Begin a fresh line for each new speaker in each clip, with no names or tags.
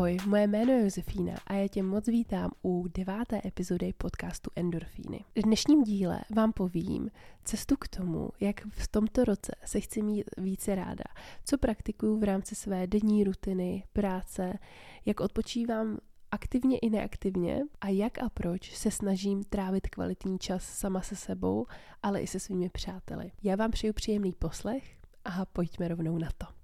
Ahoj, moje jméno je Josefína a já tě moc vítám u 9. epizody podcastu Endorfíny. V dnešním díle vám povím cestu k tomu, jak v tomto roce se chci mít více ráda, co praktikuju v rámci své denní rutiny, práce, jak odpočívám aktivně i neaktivně a jak a proč se snažím trávit kvalitní čas sama se sebou, ale i se svými přáteli. Já vám přeju příjemný poslech a pojďme rovnou na to.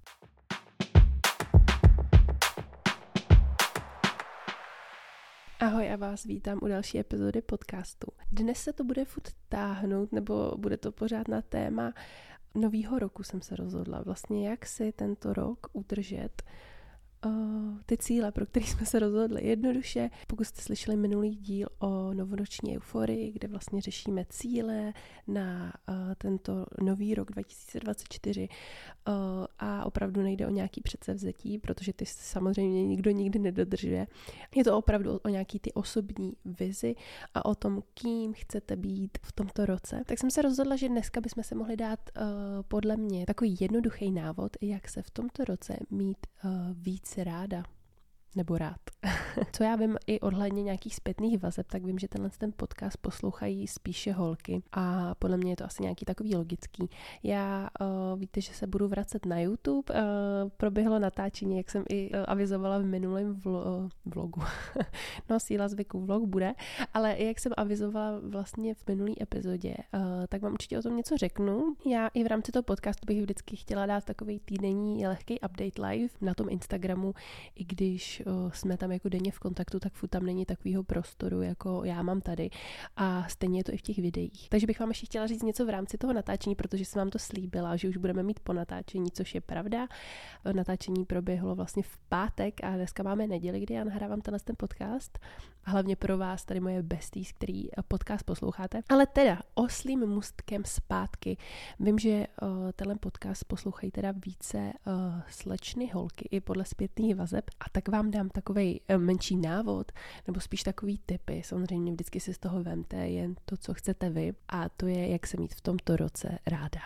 Ahoj a vás vítám u další epizody podcastu. Dnes se to bude furt táhnout, nebo bude to pořád na téma novýho roku jsem se rozhodla. Vlastně jak si tento rok udržet ty cíle, pro které jsme se rozhodli. Jednoduše, pokud jste slyšeli minulý díl o novoroční euforii, kde vlastně řešíme cíle na tento nový rok 2024 a opravdu nejde o nějaký předsevzetí, protože ty samozřejmě nikdo nikdy nedodržuje. Je to opravdu o nějaký ty osobní vizi a o tom, kým chcete být v tomto roce. Tak jsem se rozhodla, že dneska bychom se mohli dát podle mě takový jednoduchý návod, jak se v tomto roce mít víc ráda. Nebo rád. Co já vím i ohledně nějakých zpětných vazeb, tak vím, že ten podcast poslouchají spíše holky a podle mě je to asi nějaký takový logický. Já víte, že se budu vracet na YouTube. Proběhlo natáčení, jak jsem i avizovala v minulém vlogu. No, síla zvyku vlog bude, ale jak jsem avizovala vlastně v minulý epizodě, tak vám určitě o tom něco řeknu. Já i v rámci toho podcastu bych vždycky chtěla dát takový týdenní lehký update live na tom Instagramu, i když jsme tam jako denně v kontaktu, tak furt tam není takového prostoru, jako já mám tady. A stejně je to i v těch videích. Takže bych vám ještě chtěla říct něco v rámci toho natáčení, protože jsem vám to slíbila, že už budeme mít po natáčení, což je pravda. Natáčení proběhlo vlastně v pátek a dneska máme neděli, kdy já nahrávám ten podcast. A hlavně pro vás, tady moje besties, který podcast posloucháte. Ale teda oslím můstkem zpátky. Vím, že tenhle podcast poslouchají teda více slečny, holky i podle zpětných vazeb. A tak vám dám takovej menší návod, nebo spíš takový tipy. Samozřejmě vždycky si z toho vemte jen to, co chcete vy. A to je, jak se mít v tomto roce ráda.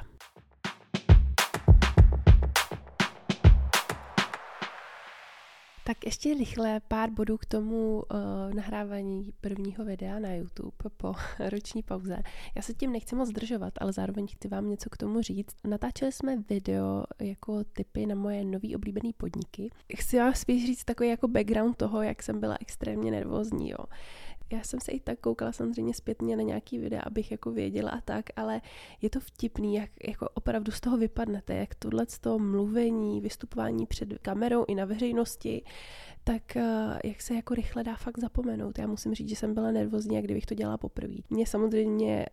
Tak ještě rychle pár bodů k tomu nahrávání prvního videa na YouTube po roční pauze. Já se tím nechci moc zdržovat, ale zároveň chci vám něco k tomu říct. Natáčeli jsme video jako tipy na moje nový oblíbený podniky. Chci vám spíš říct takový jako background toho, jak jsem byla extrémně nervózní, jo. Já jsem se i tak koukala samozřejmě zpětně na nějaký videa, abych jako věděla a tak, ale je to vtipný, jak jako opravdu z toho vypadnete, jak tohle z toho mluvení, vystupování před kamerou i na veřejnosti, tak jak se jako rychle dá fakt zapomenout. Já musím říct, že jsem byla nervózní, jak kdybych to dělala poprvé. Mě samozřejmě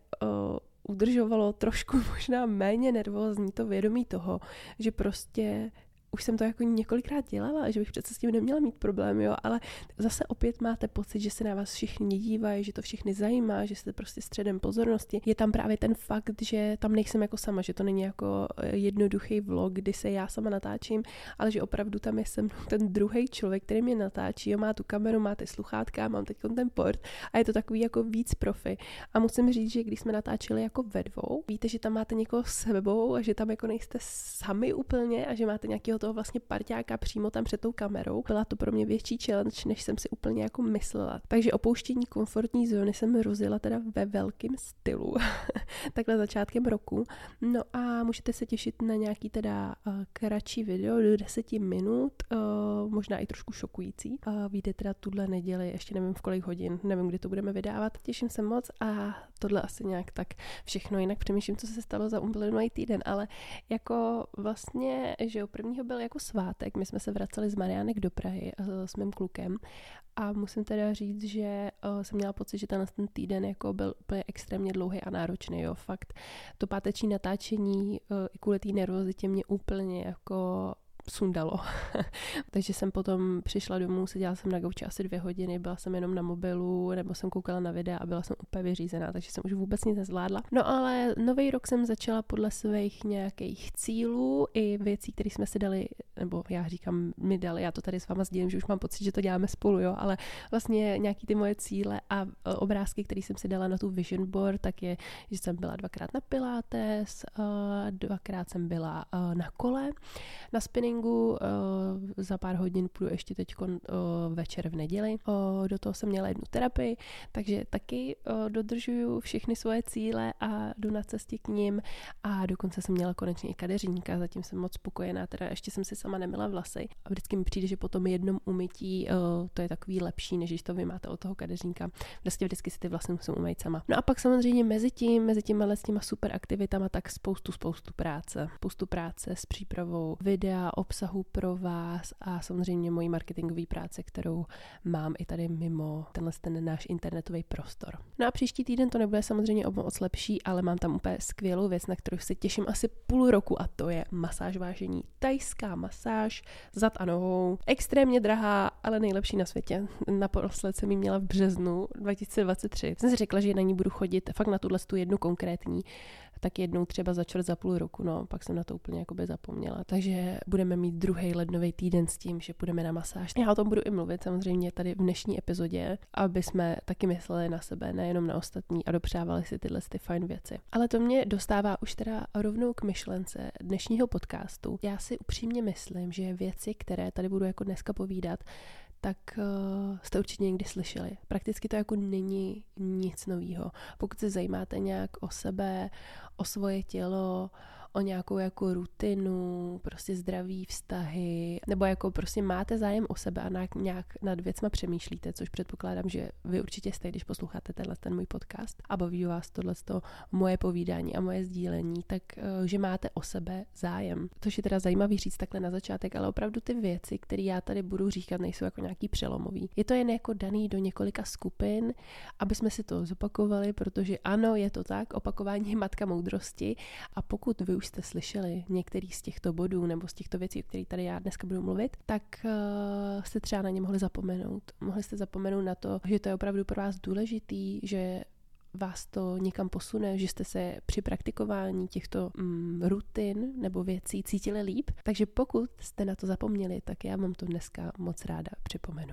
udržovalo trošku možná méně nervózní to vědomí toho, že prostě už jsem to jako několikrát dělala, že bych přece s tím neměla mít problém, jo, ale zase opět máte pocit, že se na vás všichni dívají, že to všechny zajímá, že jste prostě středem pozornosti. Je tam právě ten fakt, že tam nejsem jako sama, že to není jako jednoduchý vlog, kdy se já sama natáčím, ale že opravdu tam je se mnou ten druhý člověk, který mě natáčí, jo, má tu kameru, má ty sluchátka, mám teď ten port a je to takový jako víc profi. A musím říct, že když jsme natáčeli jako ve dvou, víte, že tam máte někoho s sebou a že tam jako nejste sami úplně a že máte nějakého toho vlastně parťáka přímo tam před tou kamerou. Byla to pro mě větší challenge, než jsem si úplně jako myslela. Takže opouštění komfortní zóny jsem rozjela teda ve velkém stylu. Takhle začátkem roku. No a můžete se těšit na nějaký teda kratší video do 10 minut, možná i trošku šokující. Vyjde teda tuhle neděli, ještě nevím v kolik hodin, nevím, kdy to budeme vydávat. Těším se moc a tohle asi nějak tak všechno. Jinak přemýšlím, co se stalo za uplynulý týden, ale jako vlastně, že prvního byl jako svátek, my jsme se vraceli z Mariánek do Prahy s mým klukem a musím teda říct, že jsem měla pocit, že ten týden jako byl úplně extrémně dlouhý a náročný, jo, fakt. To páteční natáčení i kvůli té nervozitě mě úplně jako sundalo. Takže jsem potom přišla domů, seděla jsem na gauči asi 2 hodiny, byla jsem jenom na mobilu, nebo jsem koukala na videa a byla jsem úplně vyřízená, takže jsem už vůbec nic nezvládla. No ale nový rok jsem začala podle svých nějakých cílů i věcí, které jsme si dali nebo já říkám mi dali, já to tady s váma sdílím, že už mám pocit, že to děláme spolu, jo, ale vlastně nějaký ty moje cíle a obrázky, které jsem si dala na tu vision board, tak je, že jsem byla 2krát na pilates, 2krát jsem byla na kole, na spinningu, za pár hodin půjdu ještě teď večer v neděli, do toho jsem měla jednu terapii, takže taky dodržuju všechny svoje cíle a jdu na cestě k nim a dokonce jsem měla konečně i kadeřníka, zatím jsem moc spokojená, teda ještě jsem si sama nemyla vlasy a vždycky mi přijde, že po tom jednom umytí to je takový lepší, než když to vy máte od toho kadeřníka. Vlastně vždycky si ty vlasy musím umýt sama. No a pak samozřejmě mezi těma super aktivitama tak spoustu práce s přípravou videa, obsahu pro vás a samozřejmě mojí marketingové práce, kterou mám i tady mimo ten náš internetový prostor. No a příští týden to nebude samozřejmě moc lepší, ale mám tam úplně skvělou věc, na kterou se těším asi půl roku a to je masáž vážení. Thajská masáž zad a nohou. Extrémně drahá, ale nejlepší na světě. Naposled jsem ji měla v březnu 2023. Jsem si řekla, že na ní budu chodit fakt na tu jednu konkrétní, tak jednou třeba za čtvrt za půl roku, no, pak jsem na to úplně jakoby zapomněla. Takže budeme mít 2. lednový týden s tím, že půjdeme na masáž. Já o tom budu i mluvit samozřejmě tady v dnešní epizodě, aby jsme taky mysleli na sebe, nejenom na ostatní a dopřávali si tyhle fajn věci. Ale to mě dostává už teda rovnou k myšlence dnešního podcastu. Já si upřímně myslím, že věci, které tady budu jako dneska povídat, tak jste určitě někdy slyšeli. Prakticky to jako není nic novýho. Pokud se zajímáte nějak o sebe, o svoje tělo, o nějakou jako rutinu, prostě zdraví vztahy, nebo jako prostě máte zájem o sebe a nějak nad věcma přemýšlíte, což předpokládám, že vy určitě jste, když posloucháte ten můj podcast a baví vás tohleto moje povídání a moje sdílení, tak že máte o sebe zájem. Což je teda zajímavý říct takhle na začátek, ale opravdu ty věci, které já tady budu říkat, nejsou jako nějaký přelomový. Je to jen jako daný do několika skupin, aby jsme si to zopakovali, protože ano, je to tak, opakování je matka moudrosti a pokud vy už jste slyšeli některý z těchto bodů nebo z těchto věcí, o kterých tady já dneska budu mluvit, tak jste třeba na ně mohli zapomenout. Mohli jste zapomenout na to, že to je opravdu pro vás důležitý, že vás to někam posune, že jste se při praktikování těchto rutin nebo věcí cítili líp. Takže pokud jste na to zapomněli, tak já vám to dneska moc ráda připomenu.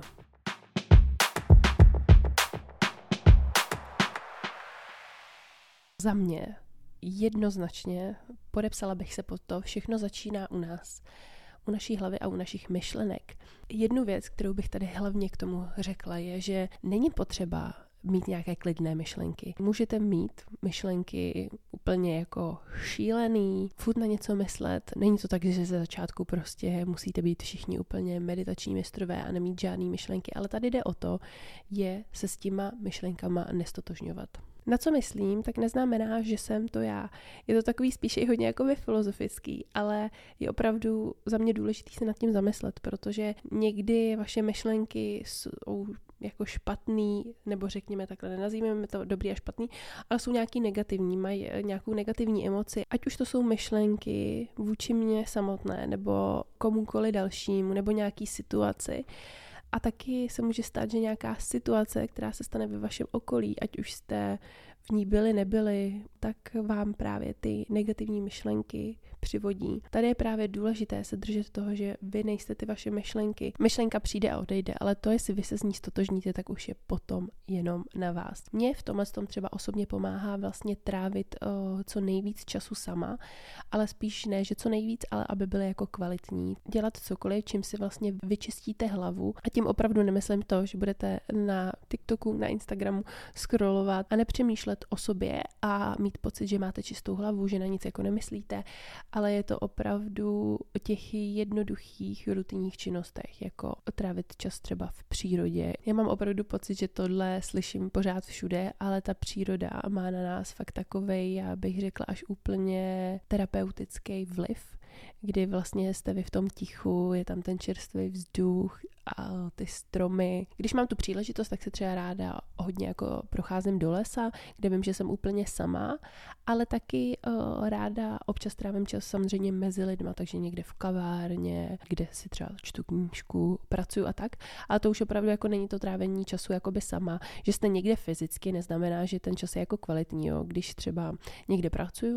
Za mě jednoznačně podepsala bych se pod to, všechno začíná u nás, u naší hlavy a u našich myšlenek. Jednu věc, kterou bych tady hlavně k tomu řekla, je, že není potřeba mít nějaké klidné myšlenky. Můžete mít myšlenky úplně jako šílený, furt na něco myslet. Není to tak, že ze začátku prostě musíte být všichni úplně meditační mistrové a nemít žádný myšlenky, ale tady jde o to, je se s těma myšlenkama nestotožňovat. Na co myslím, tak neznamená, že jsem to já. Je to takový spíše i hodně jakoby filozofický, ale je opravdu za mě důležitý se nad tím zamyslet, protože někdy vaše myšlenky jsou jako špatný, nebo řekněme takhle, nenazýváme to dobrý a špatný, ale jsou nějaký negativní, mají nějakou negativní emoci, ať už to jsou myšlenky vůči mně samotné, nebo komukoli dalšímu, nebo nějaký situaci. A taky se může stát, že nějaká situace, která se stane ve vašem okolí, ať už jste v ní byli, nebyli, tak vám právě ty negativní myšlenky přivodí. Tady je právě důležité se držet toho, že vy nejste ty vaše myšlenky. Myšlenka přijde a odejde, ale to, jestli vy se s ní stotožníte, tak už je potom jenom na vás. Mně v tomhle tom třeba osobně pomáhá vlastně trávit co nejvíc času sama, ale spíš ne, že co nejvíc, ale aby byly jako kvalitní. Dělat cokoliv, čím si vlastně vyčistíte hlavu a tím opravdu nemyslím to, že budete na TikToku, na Instagramu scrollovat a nepřemýšlet o sobě a mít pocit, že máte čistou hlavu, že na nic jako nemyslíte, ale je to opravdu o těch jednoduchých rutinních činnostech, jako trávit čas třeba v přírodě. Já mám opravdu pocit, že tohle slyším pořád všude, ale ta příroda má na nás fakt takovej, já bych řekla, až úplně terapeutický vliv, kdy vlastně jste vy v tom tichu, je tam ten čerstvý vzduch a ty stromy. Když mám tu příležitost, tak se třeba ráda hodně jako procházím do lesa, kde vím, že jsem úplně sama, ale taky ráda občas trávím čas samozřejmě mezi lidma, takže někde v kavárně, kde si třeba čtu knížku, pracuju a tak, ale to už opravdu jako není to trávení času jakoby sama, že jste někde fyzicky, neznamená, že ten čas je jako kvalitní, jo. Když třeba někde pracuju,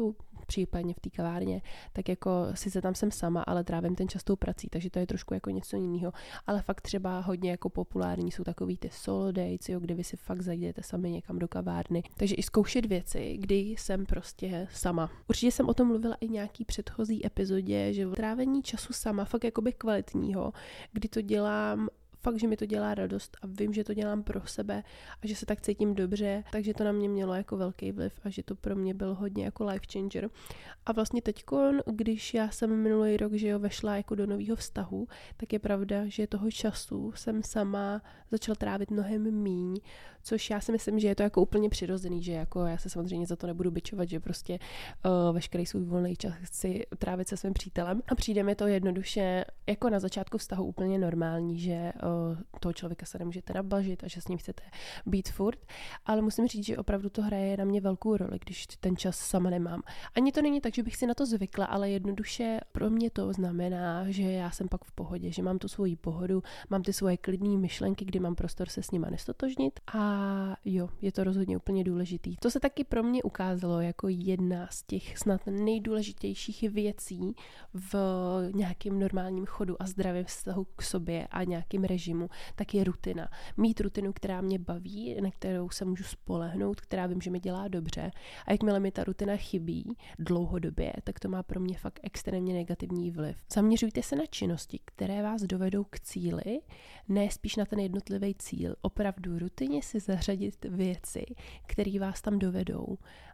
případně v té kavárně, tak jako sice tam jsem sama, ale trávím ten čas tou prací, takže to je trošku jako něco jiného. Ale fakt třeba hodně jako populární jsou takový ty solo dates, jo, kde vy si fakt zajdete sami někam do kavárny. Takže i zkoušet věci, kdy jsem prostě sama. Určitě jsem o tom mluvila i nějaký předchozí epizodě, že trávení času sama, fakt jakoby kvalitního, kdy to dělám fakt, že mi to dělá radost a vím, že to dělám pro sebe a že se tak cítím dobře, takže to na mě mělo jako velký vliv a že to pro mě byl hodně jako life changer. A vlastně teďkon, když já jsem minulý rok, že jo, vešla jako do nového vztahu, tak je pravda, že toho času jsem sama začala trávit mnohem míň, což já si myslím, že je to jako úplně přirozený, že jako já se samozřejmě za to nebudu bičovat, že prostě veškerý svůj volný čas chci trávit se svým přítelem a přijde mi to jednoduše jako na začátku vztahu úplně normální, že toho člověka se nemůžete nabažit a že s ním chcete být furt, ale musím říct, že opravdu to hraje na mě velkou roli, když ten čas sama nemám. Ani to není tak, že bych si na to zvykla, ale jednoduše pro mě to znamená, že já jsem pak v pohodě, že mám tu svoji pohodu, mám ty svoje klidné myšlenky, kdy mám prostor se s nima nestotožnit a jo, je to rozhodně úplně důležitý. To se taky pro mě ukázalo jako jedna z těch snad nejdůležitějších věcí v nějakém normálním chodu a zdravém vztahu k sobě a nějakým režimu, tak je rutina. Mít rutinu, která mě baví, na kterou se můžu spolehnout, která vím, že mi dělá dobře. A jakmile mi ta rutina chybí dlouhodobě, tak to má pro mě fakt extrémně negativní vliv. Zaměřujte se na činnosti, které vás dovedou k cíli, ne spíš na ten jednotlivý cíl. Opravdu rutině si zařadit věci, které vás tam dovedou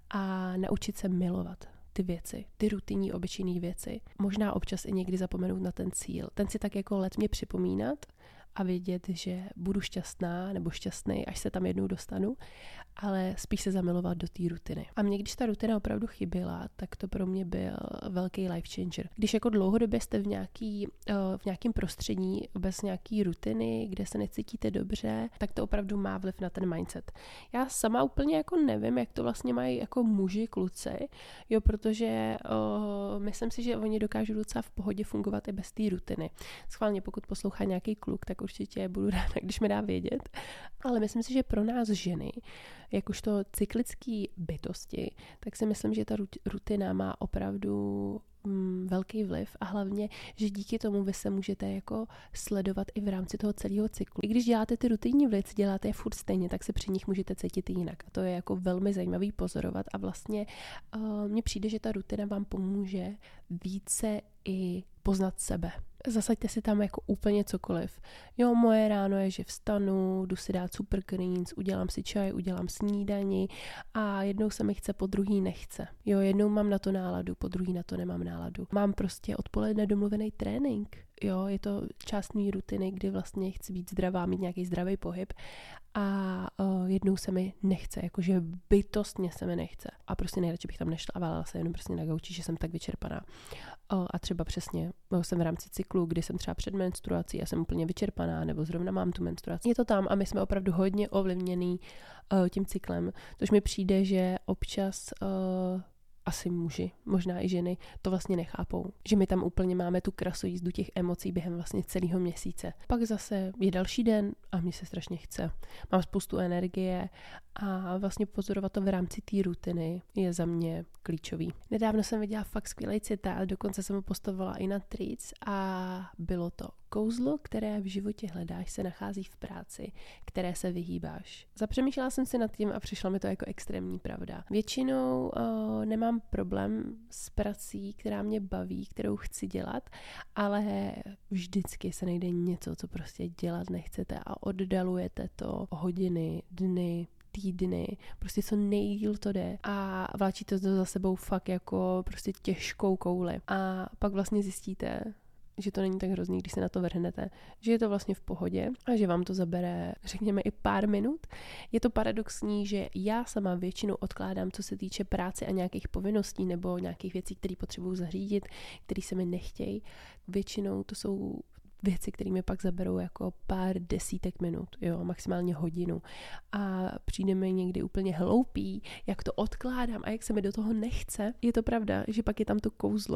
a naučit se milovat ty věci, ty rutinní obyčejné věci. Možná občas i někdy zapomenout na ten cíl. Ten si tak jako letmě připomínat a vědět, že budu šťastná nebo šťastný, až se tam jednou dostanu, ale spíš se zamilovat do té rutiny. A mě, když ta rutina opravdu chyběla, tak to pro mě byl velký life changer. Když jako dlouhodobě jste v nějakém prostředí bez nějaký rutiny, kde se necítíte dobře, tak to opravdu má vliv na ten mindset. Já sama úplně jako nevím, jak to vlastně mají jako muži, kluci, jo, protože myslím si, že oni dokážou docela v pohodě fungovat i bez té rutiny. Schválně, pokud poslouchá nějaký kluk, tak určitě budu ráda, když mi dá vědět. Ale myslím si, že pro nás ženy, jakožto cyklický bytosti, tak si myslím, že ta rutina má opravdu velký vliv a hlavně, že díky tomu vy se můžete jako sledovat i v rámci toho celého cyklu. I když děláte ty rutinní věci, děláte je furt stejně, tak se při nich můžete cítit jinak. A to je jako velmi zajímavý pozorovat a vlastně mně přijde, že ta rutina vám pomůže více i poznat sebe. Zasaďte si tam jako úplně cokoliv. Jo, moje ráno je, že vstanu, jdu si dát super greens, udělám si čaj, udělám snídani a jednou se mi chce, po druhý nechce. Jo, jednou mám na to náladu, po druhý na to nemám náladu. Mám prostě odpoledne domluvený trénink. Jo, je to část mý rutiny, kdy vlastně chci být zdravá, mít nějaký zdravý pohyb a jednou se mi nechce, jakože bytostně se mi nechce. A prostě nejradši bych tam nešla a válela se jenom prostě na gauči, že jsem tak vyčerpaná. A třeba přesně jsem v rámci cyklu, kdy jsem třeba před menstruací a jsem úplně vyčerpaná, nebo zrovna mám tu menstruaci. Je to tam a my jsme opravdu hodně ovlivněný tím cyklem, což mi přijde, že občas asi muži, možná i ženy, to vlastně nechápou. Že my tam úplně máme tu krasojízdu těch emocí během vlastně celého měsíce. Pak zase je další den a mně se strašně chce. Mám spoustu energie a vlastně pozorovat to v rámci té rutiny je za mě klíčový. Nedávno jsem viděla fakt skvělý citát, dokonce jsem ho postovala i na Threads a bylo to: kouzlo, které v životě hledáš, se nachází v práci, které se vyhýbáš. Zapřemýšlela jsem si nad tím a přišla mi to jako extrémní pravda. Většinou nemám problém s prací, která mě baví, kterou chci dělat, ale vždycky se najde něco, co prostě dělat nechcete a oddalujete to hodiny, dny, týdny, prostě co nejdýl to jde a vláčíte to za sebou fakt jako prostě těžkou kouli. A pak vlastně zjistíte, že to není tak hrozný, když se na to vrhnete, že je to vlastně v pohodě a že vám to zabere, řekněme, i pár minut. Je to paradoxní, že já sama většinou odkládám, co se týče práce a nějakých povinností nebo nějakých věcí, které potřebuju zařídit, které se mi nechtějí. Většinou to jsou věci, které mi pak zaberou jako pár desítek minut, jo, maximálně hodinu. A přijde mi někdy úplně hloupý, jak to odkládám a jak se mi do toho nechce. Je to pravda, že pak je tam to kouzlo,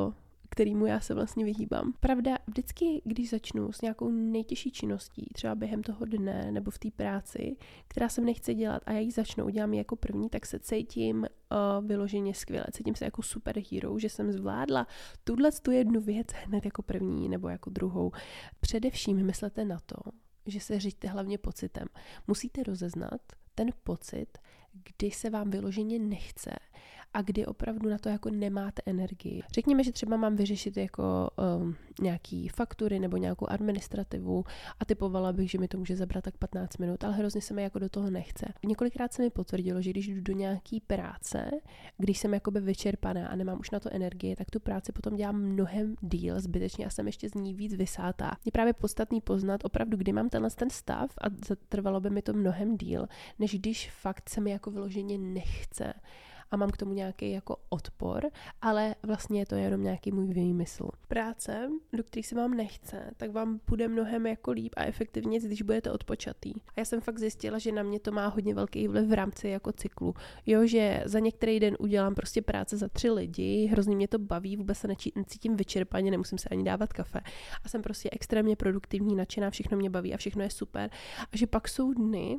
kterýmu já se vlastně vyhýbám. Pravda, vždycky, když začnu s nějakou nejtěžší činností, třeba během toho dne nebo v té práci, která se mi nechce dělat a já ji začnu, udělám ji jako první, tak se cítím vyloženě skvěle. Cítím se jako superhero, že jsem zvládla tu jednu věc hned jako první nebo jako druhou. Především myslete na to, že se říďte hlavně pocitem. Musíte rozeznat ten pocit, kdy se vám vyloženě nechce a kdy opravdu na to jako nemáte energii. Řekněme, že třeba mám vyřešit jako nějaký faktury nebo nějakou administrativu a typovala bych, že mi to může zabrat tak 15 minut, ale hrozně se mi jako do toho nechce. Několikrát se mi potvrdilo, že když jdu do nějaký práce, když jsem jakoby vyčerpaná a nemám už na to energii, tak tu práci potom dělám mnohem díl zbytečně a jsem ještě z ní víc vysátá. Je právě podstatný poznat opravdu, kdy mám ten stav a zatrvalo by mi to mnohem díl, než když fakt se mi jako vyloženě nechce a mám k tomu nějaký jako odpor, ale vlastně je to jenom nějaký můj výmysl. Práce, do kterých se vám nechce, tak vám bude mnohem jako líp a efektivně, když budete odpočatý. A já jsem fakt zjistila, že na mě to má hodně velký vliv v rámci jako cyklu. Jo, že za některý den udělám prostě práce za 3 lidi, hrozně mě to baví, vůbec se necítím vyčerpaně, nemusím se ani dávat kafe. A jsem prostě extrémně produktivní, nadšená, všechno mě baví a všechno je super. A že pak jsou dny,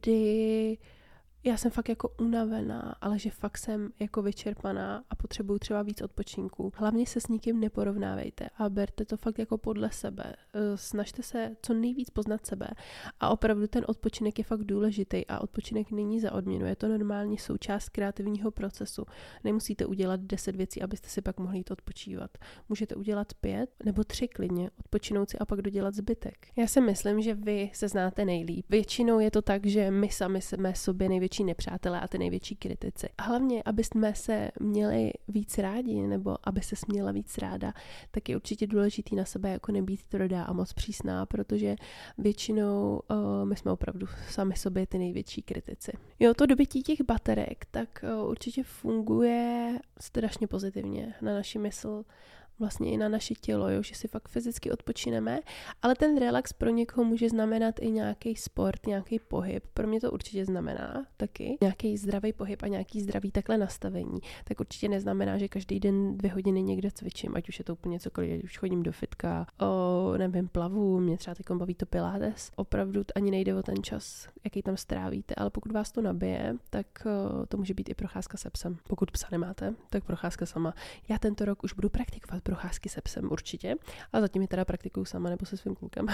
kdy já jsem fakt jako unavená, ale že fakt jsem jako vyčerpaná a potřebuju třeba víc odpočinku. Hlavně se s nikým neporovnávejte a berte to fakt jako podle sebe. Snažte se co nejvíc poznat sebe a opravdu ten odpočinek je fakt důležitý a odpočinek není za odměnu. Je to normální součást kreativního procesu. Nemusíte udělat 10 věcí, abyste si pak mohli jít odpočívat. Můžete udělat 5 nebo 3 klidně, odpočinout si a pak dodělat zbytek. Já si myslím, že vy se znáte nejlíp. Většinou je to tak, že my sami jsme sobě největší nepřátelé a ty největší kritici. A hlavně, aby jsme se měli víc rádi, nebo aby se směla víc ráda, tak je určitě důležitý na sebe jako nebýt tvrdá a moc přísná, protože většinou my jsme opravdu sami sobě ty největší kritici. Jo, to dobytí těch baterek, tak určitě funguje strašně pozitivně na naši mysl, vlastně i na naše tělo, jo, že si fakt fyzicky odpočineme, ale ten relax pro někoho může znamenat i nějaký sport, nějaký pohyb. Pro mě to určitě znamená taky nějaký zdravý pohyb a nějaký zdravý takhle nastavení. Tak určitě neznamená, že každý den 2 hodiny někde cvičím, ať už je to úplně cokoliv, už chodím do fitka, nevím, plavu, mě třeba teď baví to pilates. Opravdu ani nejde o ten čas, jaký tam strávíte, ale pokud vás to nabije, tak to může být i procházka se psem. Pokud psa nemáte, tak procházka sama. Já tento rok už budu praktikovat procházky se psem určitě, a zatím je teda praktikuju sama nebo se svým klukem.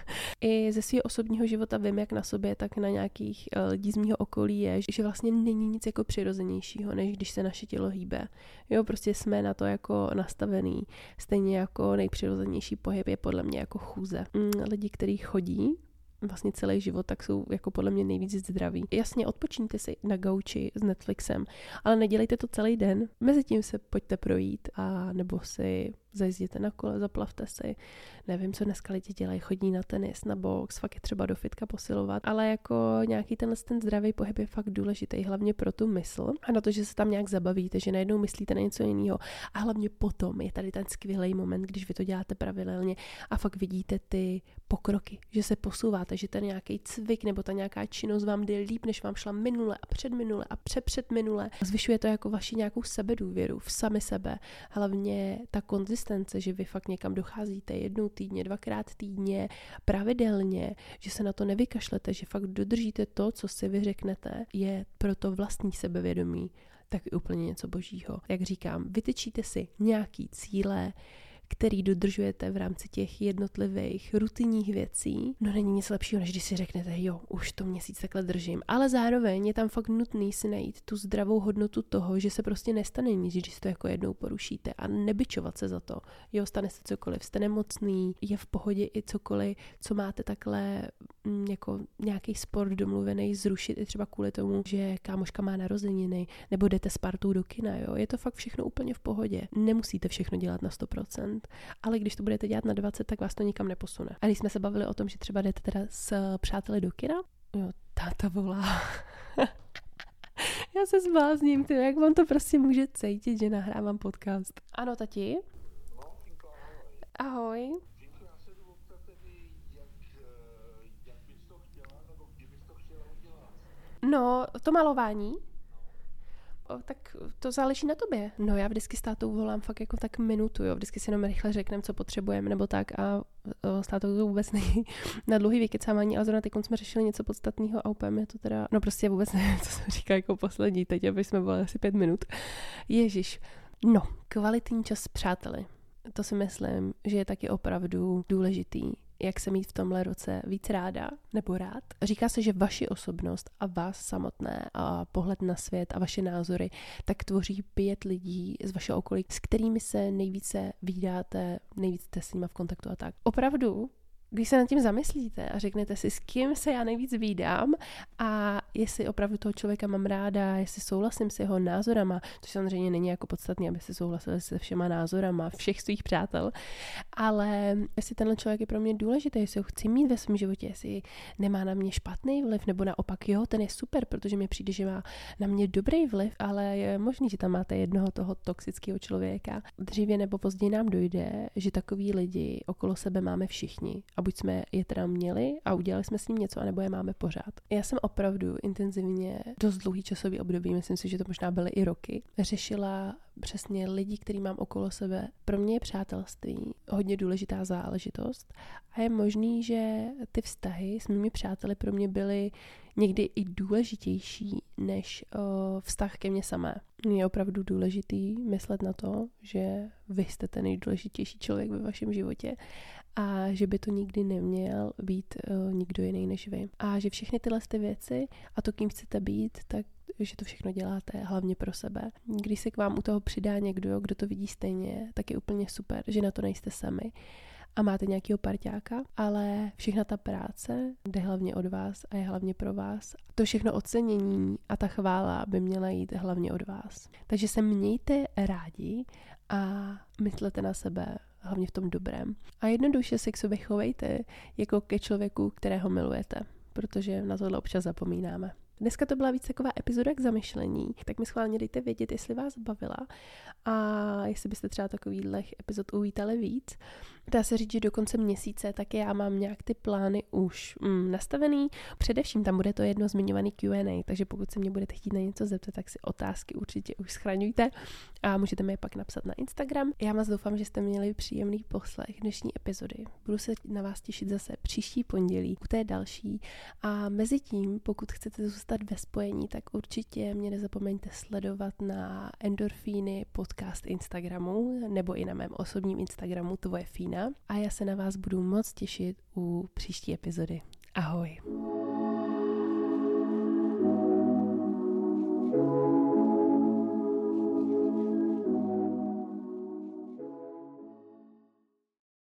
I ze svého osobního života vím, jak na sobě, tak na nějakých lidí z mého okolí je, že vlastně není nic jako přirozenějšího, než když se naše tělo hýbe. Jo, prostě jsme na to jako nastavený. Stejně jako nejpřirozenější pohyb je podle mě jako chůze. Lidi, kteří chodí vlastně celý život, tak jsou jako podle mě nejvíc zdraví. Jasně, odpočíňte si na gauči s Netflixem, ale nedělejte to celý den. Mezitím se pojďte projít a nebo si zajezděte na kole, zaplavte si. Nevím, co dneska lidi dělají, chodí na tenis, na box, fakt je třeba do fitka posilovat, ale jako nějaký ten zdravý pohyb je fakt důležitý, hlavně pro tu mysl a na to, že se tam nějak zabavíte, že najednou myslíte na něco jiného. A hlavně potom je tady ten skvělý moment, když vy to děláte pravidelně a fakt vidíte ty pokroky, že se posouváte, že ten nějaký cvik nebo ta nějaká činnost vám jde líp, než vám šla minule a předminule a předminule. Zvyšuje to jako vaši nějakou sebedůvěru v sami sebe. Hlavně ta konzistence, že vy fakt někam docházíte 1 týdně, 2krát týdně, pravidelně, že se na to nevykašlete, že fakt dodržíte to, co si vy řeknete, je pro to vlastní sebevědomí tak úplně něco božího. Jak říkám, vytyčíte si nějaký cíle, který dodržujete v rámci těch jednotlivých rutinních věcí. No není nic lepšího, než když si řeknete, jo, už to měsíc takhle držím. Ale zároveň je tam fakt nutný si najít tu zdravou hodnotu toho, že se prostě nestane nic, když to jako jednou porušíte a nebičovat se za to. Jo, stane se cokoliv, jste nemocný, je v pohodě i cokoliv, co máte takhle jako nějaký sport domluvený zrušit i třeba kvůli tomu, že kámoška má narozeniny, nebo jdete s partou do kina, jo. Je to fakt všechno úplně v pohodě. Nemusíte všechno dělat na 100%. Ale když to budete dělat na 20, tak vás to nikam neposune. A když jsme se bavili o tom, že třeba jdete teda s přáteli do kina, jo, táta volá. Já se zblázním, jak vám to prostě může cítit, že nahrávám podcast. Ano, tati? Ahoj. No, to malování? Tak to záleží na tobě. No já vždycky s tátou volám fakt jako tak minutu, jo. Vždycky si jenom rychle řekneme, co potřebujeme, nebo tak a s tátou to vůbec není na dlouhý vykecávání, ale zrovna teď jsme řešili něco podstatného a úplně je to teda, no prostě vůbec nevím, co jsem říkala jako poslední teď, aby jsme volali asi 5 minut. Ježiš. No, kvalitní čas s přáteli. To si myslím, že je taky opravdu důležitý. Jak se mít v tomhle roce víc ráda nebo rád. Říká se, že vaši osobnost a vás samotné a pohled na svět a vaše názory tak tvoří 5 lidí z vašeho okolí, s kterými se nejvíce vídáte, nejvíc jste s nima v kontaktu a tak. Opravdu, když se nad tím zamyslíte a řeknete si, s kým se já nejvíc vídám a jestli opravdu toho člověka mám ráda, jestli souhlasím s jeho názorama, což samozřejmě není jako podstatné, aby se souhlasili se všema názorama všech svých přátel, ale jestli tenhle člověk je pro mě důležitý, jestli ho chci mít ve svém životě, jestli nemá na mě špatný vliv, nebo naopak jo, ten je super, protože mi přijde, že má na mě dobrý vliv, ale je možný, že tam máte jednoho toho toxického člověka. Dříve nebo později nám dojde, že takový lidi okolo sebe máme všichni. A buď jsme je teda měli a udělali jsme s ním něco, anebo je máme pořád. Já jsem opravdu intenzivně dost dlouhý časový období, myslím si, že to možná byly i roky, řešila přesně lidi, který mám okolo sebe. Pro mě je přátelství hodně důležitá záležitost a je možný, že ty vztahy s mými přáteli pro mě byly někdy i důležitější než vztah ke mně samé. Je opravdu důležitý myslet na to, že vy jste ten nejdůležitější člověk ve vašem životě a že by to nikdy neměl být nikdo jiný než vy. A že všechny tyhle ty věci a to, kým chcete být, tak že to všechno děláte hlavně pro sebe. Když se k vám u toho přidá někdo, kdo to vidí stejně, tak je úplně super, že na to nejste sami a máte nějakého parťáka, ale všechna ta práce jde hlavně od vás a je hlavně pro vás. To všechno ocenění a ta chvála by měla jít hlavně od vás. Takže se mějte rádi a myslete na sebe hlavně v tom dobrém. A jednoduše se k sobě chovejte jako ke člověku, kterého milujete, protože na tohle občas zapomínáme. Dneska to byla víc taková epizoda k zamyšlení, tak mi schválně dejte vědět, jestli vás bavila a jestli byste třeba takových epizod uvítali víc. Dá se říct, že do konce měsíce tak já mám nějak ty plány už nastavený. Především tam bude to jedno zmiňovaný Q&A, takže pokud se mě budete chtít na něco zeptat, tak si otázky určitě už schraňujte a můžete mi je pak napsat na Instagram. Já vás doufám, že jste měli příjemný poslech dnešní epizody. Budu se na vás těšit zase příští pondělí u té další a mezi tím, pokud chcete zůstat ve spojení, tak určitě mě nezapomeňte sledovat na Endorfíny podcast Instagramu nebo i na mém osobním Instagramu Tvoje Fína a já se na vás budu moc těšit u příští epizody. Ahoj!